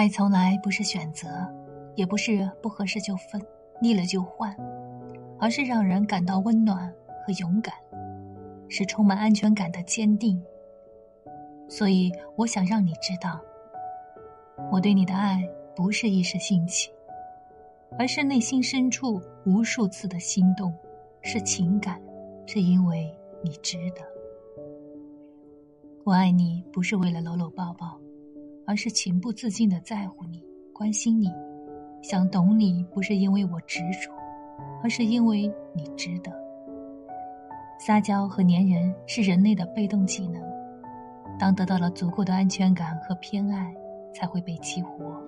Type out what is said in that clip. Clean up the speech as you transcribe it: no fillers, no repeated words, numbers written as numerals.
爱从来不是选择，也不是不合适就分，腻了就换，而是让人感到温暖和勇敢，是充满安全感的坚定。所以我想让你知道，我对你的爱不是一时兴起，而是内心深处无数次的心动，是情感，是因为你值得。我爱你不是为了搂搂抱抱，而是情不自禁地在乎你，关心你，想懂你不是因为我执着，而是因为你值得。撒娇和粘人是人类的被动技能，当得到了足够的安全感和偏爱，才会被激活。